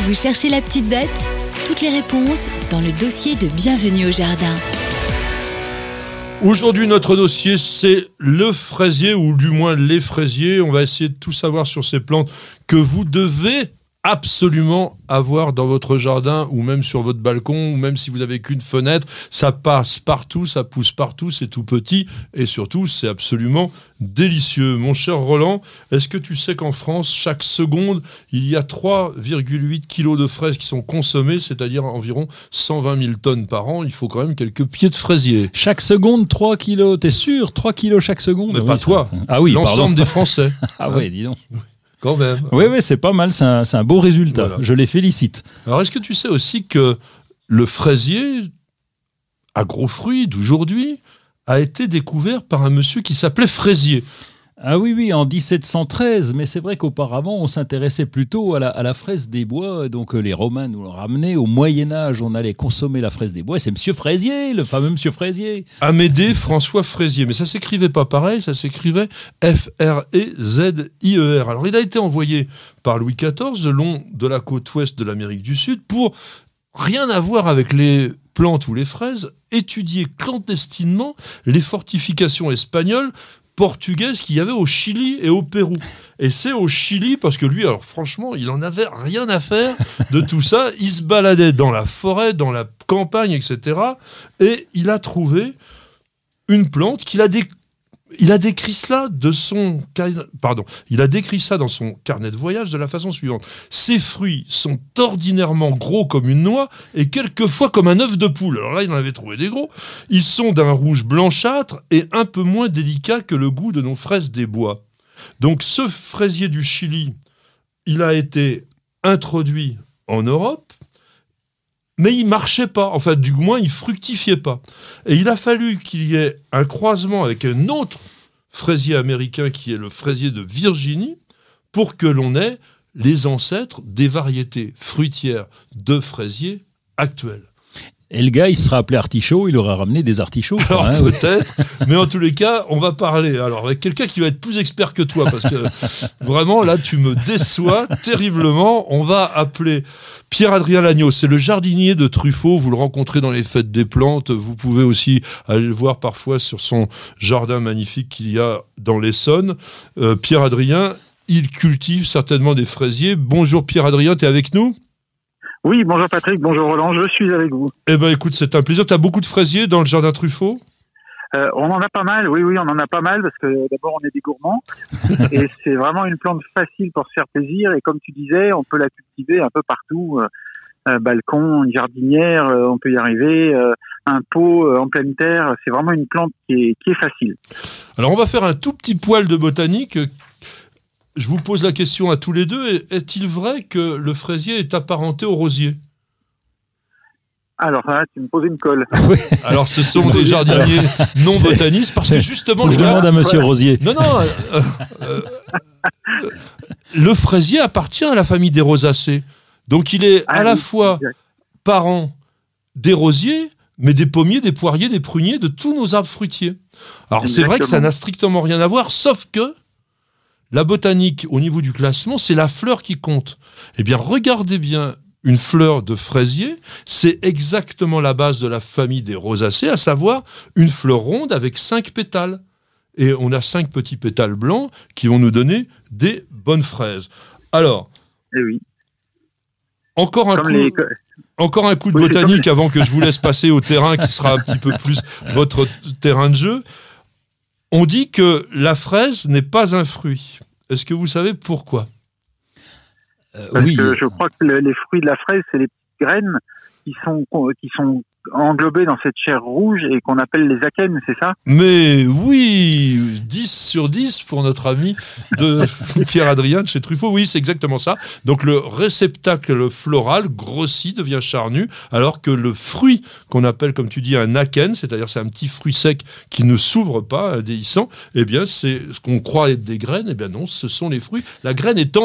Vous cherchez la petite bête ? Toutes les réponses dans le dossier de Bienvenue au Jardin. Aujourd'hui, notre dossier, c'est le fraisier, ou du moins les fraisiers. On va essayer de tout savoir sur ces plantes que vous devez absolument avoir dans votre jardin, ou même sur votre balcon, ou même si vous n'avez qu'une fenêtre. Ça passe partout, ça pousse partout, c'est tout petit, et surtout, c'est absolument délicieux. Mon cher Roland, est-ce que tu sais qu'en France, chaque seconde, il y a 3,8 kilos de fraises qui sont consommées, c'est-à-dire environ 120 000 tonnes par an. Il faut quand même quelques pieds de fraisier. Chaque seconde, 3 kilos, t'es sûr ? 3 kilos chaque seconde ? Mais pas toi. Ah oui, l'ensemble des Français. Ah oui, dis donc. Quand même. Oui, c'est pas mal, c'est un beau résultat. Voilà. Je les félicite. Alors, est-ce que tu sais aussi que le fraisier à gros fruits d'aujourd'hui a été découvert par un monsieur qui s'appelait Fraisier ? Ah oui, en 1713, mais c'est vrai qu'auparavant, on s'intéressait plutôt à la fraise des bois. Donc les Romains nous l'ont ramené. Au Moyen-Âge, on allait consommer la fraise des bois. C'est Monsieur Fraisier, le fameux Monsieur Fraisier. Amédée François Fraisier. Mais ça s'écrivait pas pareil, ça s'écrivait F-R-E-Z-I-E-R. Alors il a été envoyé par Louis XIV le long de la côte ouest de l'Amérique du Sud pour, rien à voir avec les plantes ou les fraises, étudier clandestinement les fortifications espagnoles, portugaises qu'il y avait au Chili et au Pérou. Et c'est au Chili, parce que lui, alors franchement, il en avait rien à faire de tout ça. Il se baladait dans la forêt, dans la campagne, etc. Et il a trouvé une plante qu'il a il a décrit cela dans son carnet de voyage de la façon suivante. Ces fruits sont ordinairement gros comme une noix et quelquefois comme un œuf de poule. Alors là, il en avait trouvé des gros. Ils sont d'un rouge blanchâtre et un peu moins délicat que le goût de nos fraises des bois. Donc ce fraisier du Chili, il a été introduit en Europe, mais il marchait pas. Enfin, du moins, il fructifiait pas. Et il a fallu qu'il y ait un croisement avec un autre fraisier américain qui est le fraisier de Virginie pour que l'on ait les ancêtres des variétés fruitières de fraisiers actuelles. Et le gars, il sera appelé artichaut, il aura ramené des artichauts. Alors peut-être, mais en tous les cas, on va parler avec quelqu'un qui va être plus expert que toi, parce que vraiment, là, tu me déçois terriblement. On va appeler Pierre-Adrien Lagneau, c'est le jardinier de Truffaut, vous le rencontrez dans les fêtes des plantes, vous pouvez aussi aller le voir parfois sur son jardin magnifique qu'il y a dans l'Essonne. Pierre-Adrien, il cultive certainement des fraisiers. Bonjour Pierre-Adrien, tu es avec nous ? Oui, bonjour Patrick, bonjour Roland, je suis avec vous. Eh bien écoute, c'est un plaisir. Tu as beaucoup de fraisiers dans le jardin Truffaut ? On en a pas mal, oui, on en a pas mal parce que d'abord on est des gourmands et c'est vraiment une plante facile pour se faire plaisir et comme tu disais, on peut la cultiver un peu partout, balcon, une jardinière, on peut y arriver, un pot en pleine terre, c'est vraiment une plante qui est facile. Alors on va faire un tout petit poil de botanique. Je vous pose la question à tous les deux. Est-il vrai que le fraisier est apparenté au rosier ? Alors là, tu me poses une colle. Oui. Alors ce sont des jardiniers non botanistes parce que justement... Je demande à Monsieur Rosier. Non, le fraisier appartient à la famille des rosacées. Donc il est à la fois parent des rosiers, mais des pommiers, des poiriers, des pruniers, de tous nos arbres fruitiers. Alors c'est vrai que ça n'a strictement rien à voir, sauf que la botanique, au niveau du classement, c'est la fleur qui compte. Eh bien, regardez bien une fleur de fraisier, c'est exactement la base de la famille des rosacées, à savoir une fleur ronde avec 5 pétales. Et on a 5 petits pétales blancs qui vont nous donner des bonnes fraises. Alors, oui. Encore un coup de botanique avant que je vous laisse passer au terrain qui sera un petit peu plus votre terrain de jeu. On dit que la fraise n'est pas un fruit. Est-ce que vous savez pourquoi ? Parce que je crois que les fruits de la fraise, c'est les petites graines qui sont englobées dans cette chair rouge et qu'on appelle les akènes, c'est ça ? Mais oui, 10 sur 10 pour notre ami de Pierre-Adrien de chez Truffaut. Oui, c'est exactement ça. Donc le réceptacle floral grossit, devient charnu, alors que le fruit qu'on appelle, comme tu dis, un akène, c'est-à-dire c'est un petit fruit sec qui ne s'ouvre pas, indéhiscent, eh bien c'est ce qu'on croit être des graines, eh bien non, ce sont les fruits. La graine étant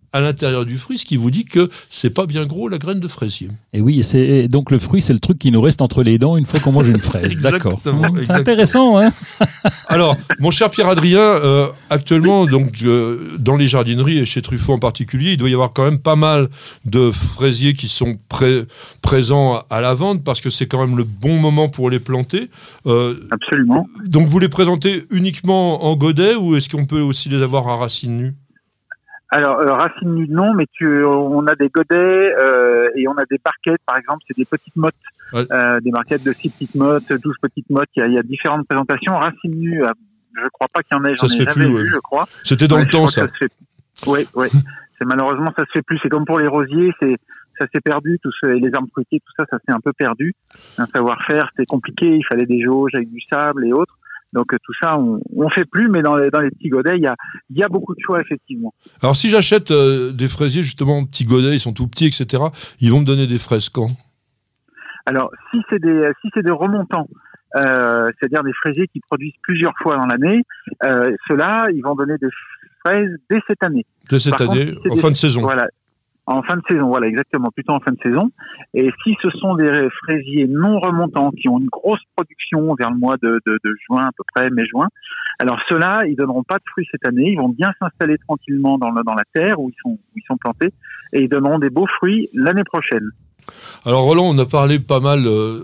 à l'intérieur du fruit, ce qui vous dit que c'est pas bien gros la graine de fraisier. Et oui, et donc le fruit, c'est le truc qui nous reste entre les dents une fois qu'on mange une fraise. D'accord. C'est intéressant, hein. Alors, mon cher Pierre-Adrien, actuellement, donc, dans les jardineries et chez Truffaut en particulier, il doit y avoir quand même pas mal de fraisiers qui sont présents à la vente parce que c'est quand même le bon moment pour les planter. Absolument. Donc, vous les présentez uniquement en godet ou est-ce qu'on peut aussi les avoir à racines nues? Alors, racines nues, non, mais on a des godets et on a des barquettes, par exemple, c'est des petites mottes, ouais. Des barquettes de 6 petites mottes, 12 petites mottes, il y a différentes présentations. Racines nues, je crois pas qu'il y en ait, j'en ai jamais vu, je crois. C'était dans le temps, ça. Oui. C'est malheureusement, ça se fait plus. C'est comme pour les rosiers, ça s'est perdu, les arbres fruitiers, tout ça s'est un peu perdu. Un savoir-faire, c'était compliqué, il fallait des jauges avec du sable et autres. Donc tout ça, on fait plus, mais dans les petits godets, il y a beaucoup de choix, effectivement. Alors si j'achète des fraisiers, justement, petits godets, ils sont tout petits, etc., ils vont me donner des fraises quand? Alors, si c'est des remontants, c'est-à-dire des fraisiers qui produisent plusieurs fois dans l'année, ceux-là, ils vont donner des fraises dès cette année. Dès cette année, en fin de saison. Voilà. En fin de saison, voilà, exactement, plutôt en fin de saison. Et si ce sont des fraisiers non remontants qui ont une grosse production vers le mois de juin, à peu près, mai-juin, alors ceux-là, ils donneront pas de fruits cette année, ils vont bien s'installer tranquillement dans la terre où ils sont plantés, et ils donneront des beaux fruits l'année prochaine. Alors Roland, on a parlé pas mal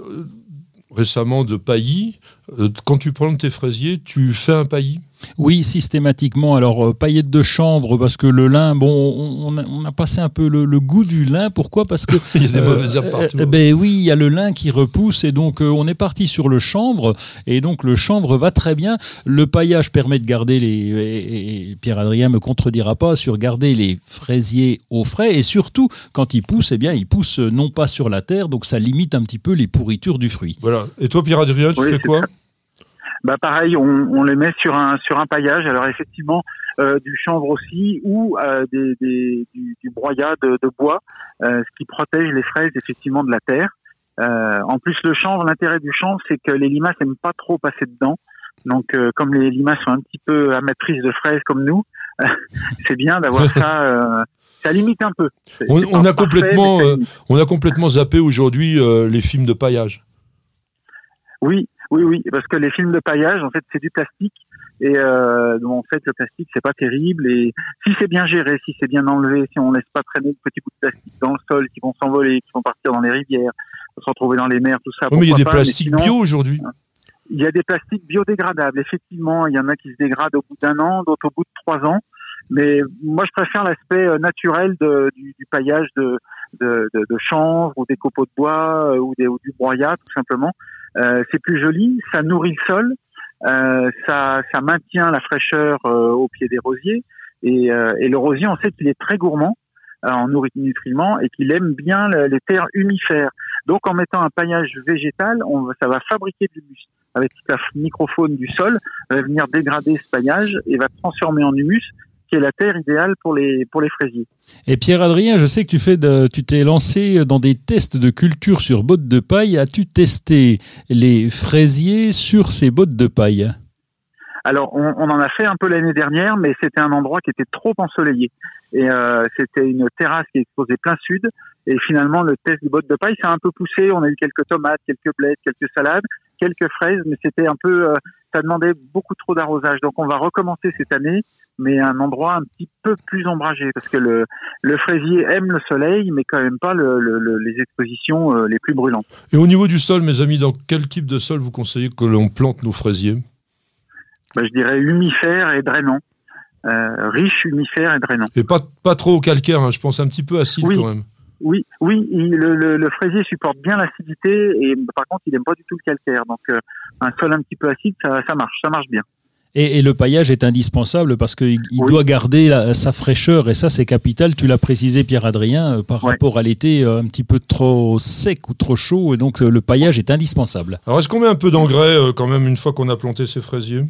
récemment de paillis. Quand tu plantes tes fraisiers, tu fais un paillis? Oui, systématiquement. Alors, paillettes de chanvre, parce que le lin, bon, on a passé un peu le goût du lin. Pourquoi? Parce que il y a des mauvaises herbes partout. Ben oui, il y a le lin qui repousse, et donc on est parti sur le chanvre, et donc le chanvre va très bien. Le paillage permet de garder et Pierre-Adrien me contredira pas sur garder les fraisiers au frais, et surtout quand ils poussent, eh bien ils poussent non pas sur la terre, donc ça limite un petit peu les pourritures du fruit. Voilà. Et toi, Pierre-Adrien, tu fais quoi? Bah pareil, on les met sur un paillage. Alors effectivement, du chanvre aussi, ou du broyat de bois, ce qui protège les fraises effectivement de la terre. En plus, le chanvre, l'intérêt du chanvre, c'est que les limaces n'aiment pas trop passer dedans. Donc, comme les limaces sont un petit peu amatrices de fraises comme nous, c'est bien d'avoir ça. Ça limite un peu. On a complètement zappé aujourd'hui les films de paillage. Oui, parce que les films de paillage, en fait, c'est du plastique, et en fait, le plastique, c'est pas terrible, et si c'est bien géré, si c'est bien enlevé, si on laisse pas traîner de petits bouts de plastique dans le sol qui vont s'envoler, qui vont partir dans les rivières, se retrouver dans les mers, tout ça. Oui, mais il y a des plastiques bio aujourd'hui. Il y a des plastiques biodégradables, effectivement. Il y en a qui se dégradent au bout d'1 an, d'autres au bout de 3 ans. Mais moi, je préfère l'aspect naturel du paillage de chanvre ou des copeaux de bois ou du broyat, tout simplement. C'est plus joli, ça nourrit le sol, ça maintient la fraîcheur au pied des rosiers, et le rosier, on sait qu'il est très gourmand en nutriments et qu'il aime bien les terres humifères. Donc en mettant un paillage végétal, ça va fabriquer de l'humus. Avec toute la microfaune du sol, va venir dégrader ce paillage et va transformer en humus, qui est la terre idéale pour les fraisiers. Et Pierre-Adrien, je sais que tu t'es lancé dans des tests de culture sur bottes de paille. As-tu testé les fraisiers sur ces bottes de paille? Alors, on en a fait un peu l'année dernière, mais c'était un endroit qui était trop ensoleillé. Et c'était une terrasse qui exposait plein sud. Et finalement, le test des bottes de paille, ça a un peu poussé. On a eu quelques tomates, quelques blettes, quelques salades, quelques fraises, mais c'était un peu... ça demandait beaucoup trop d'arrosage. Donc, on va recommencer cette année, mais un endroit un petit peu plus ombragé, parce que le fraisier aime le soleil, mais quand même pas les expositions les plus brûlantes. Et au niveau du sol, mes amis, dans quel type de sol vous conseillez que l'on plante nos fraisiers? Je dirais humifère et drainant. Riche, humifère et drainant. Et pas trop calcaire, hein, je pense un petit peu acide quand même. Oui, le fraisier supporte bien l'acidité, et par contre, il n'aime pas du tout le calcaire. Donc, un sol un petit peu acide, ça marche bien. Et le paillage est indispensable parce qu'il doit garder sa fraîcheur, et ça c'est capital, tu l'as précisé Pierre-Adrien, par rapport à l'été un petit peu trop sec ou trop chaud, et donc le paillage est indispensable. Alors est-ce qu'on met un peu d'engrais quand même une fois qu'on a planté ces fraisiers?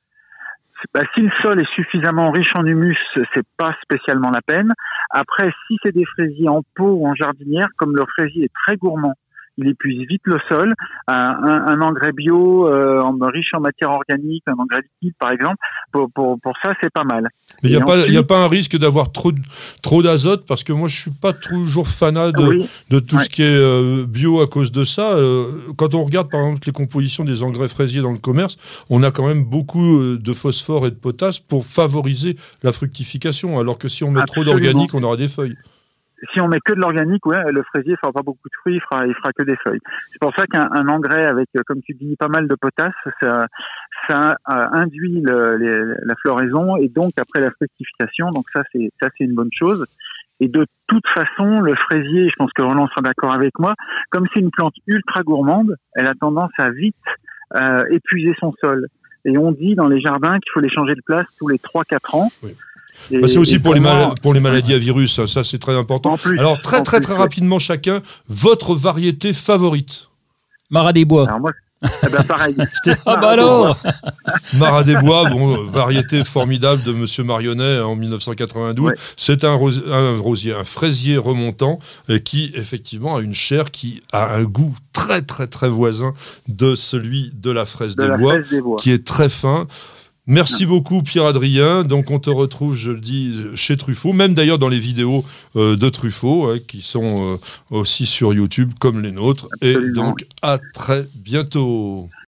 Si le sol est suffisamment riche en humus, c'est pas spécialement la peine. Après, si c'est des fraisiers en pot ou en jardinière, comme le fraisier est très gourmand il épuise vite le sol. Un engrais bio riche en matière organique, un engrais liquide par exemple, pour ça c'est pas mal. Mais il n'y a pas un risque d'avoir trop d'azote, parce que moi je suis pas toujours fanat de tout ce qui est bio à cause de ça. Quand on regarde par exemple les compositions des engrais fraisiers dans le commerce, on a quand même beaucoup de phosphore et de potasse pour favoriser la fructification, alors que si on met trop d'organique, on aura des feuilles. Si on met que de l'organique, le fraisier fera pas beaucoup de fruits, il fera que des feuilles. C'est pour ça qu'un engrais avec, comme tu dis, pas mal de potasse, ça induit la floraison et donc après la fructification. Donc ça c'est une bonne chose. Et de toute façon, le fraisier, je pense que Roland sera d'accord avec moi, comme c'est une plante ultra gourmande, elle a tendance à vite épuiser son sol. Et on dit dans les jardins qu'il faut les changer de place tous les 3-4 ans. Oui. C'est aussi pour les maladies à virus, ça c'est très important. Alors très rapidement chacun, votre variété favorite? Marat des Bois. Alors moi, pareil. Alors Marat des Bois, variété formidable de Monsieur Marionnet en 1992. Ouais. C'est un fraisier remontant qui effectivement a une chair qui a un goût très voisin de celui de la fraise des bois, qui est très fin. Merci beaucoup Pierre-Adrien. Donc on te retrouve, je le dis, chez Truffaut, même d'ailleurs dans les vidéos de Truffaut, qui sont aussi sur YouTube comme les nôtres. Absolument. Et donc à très bientôt.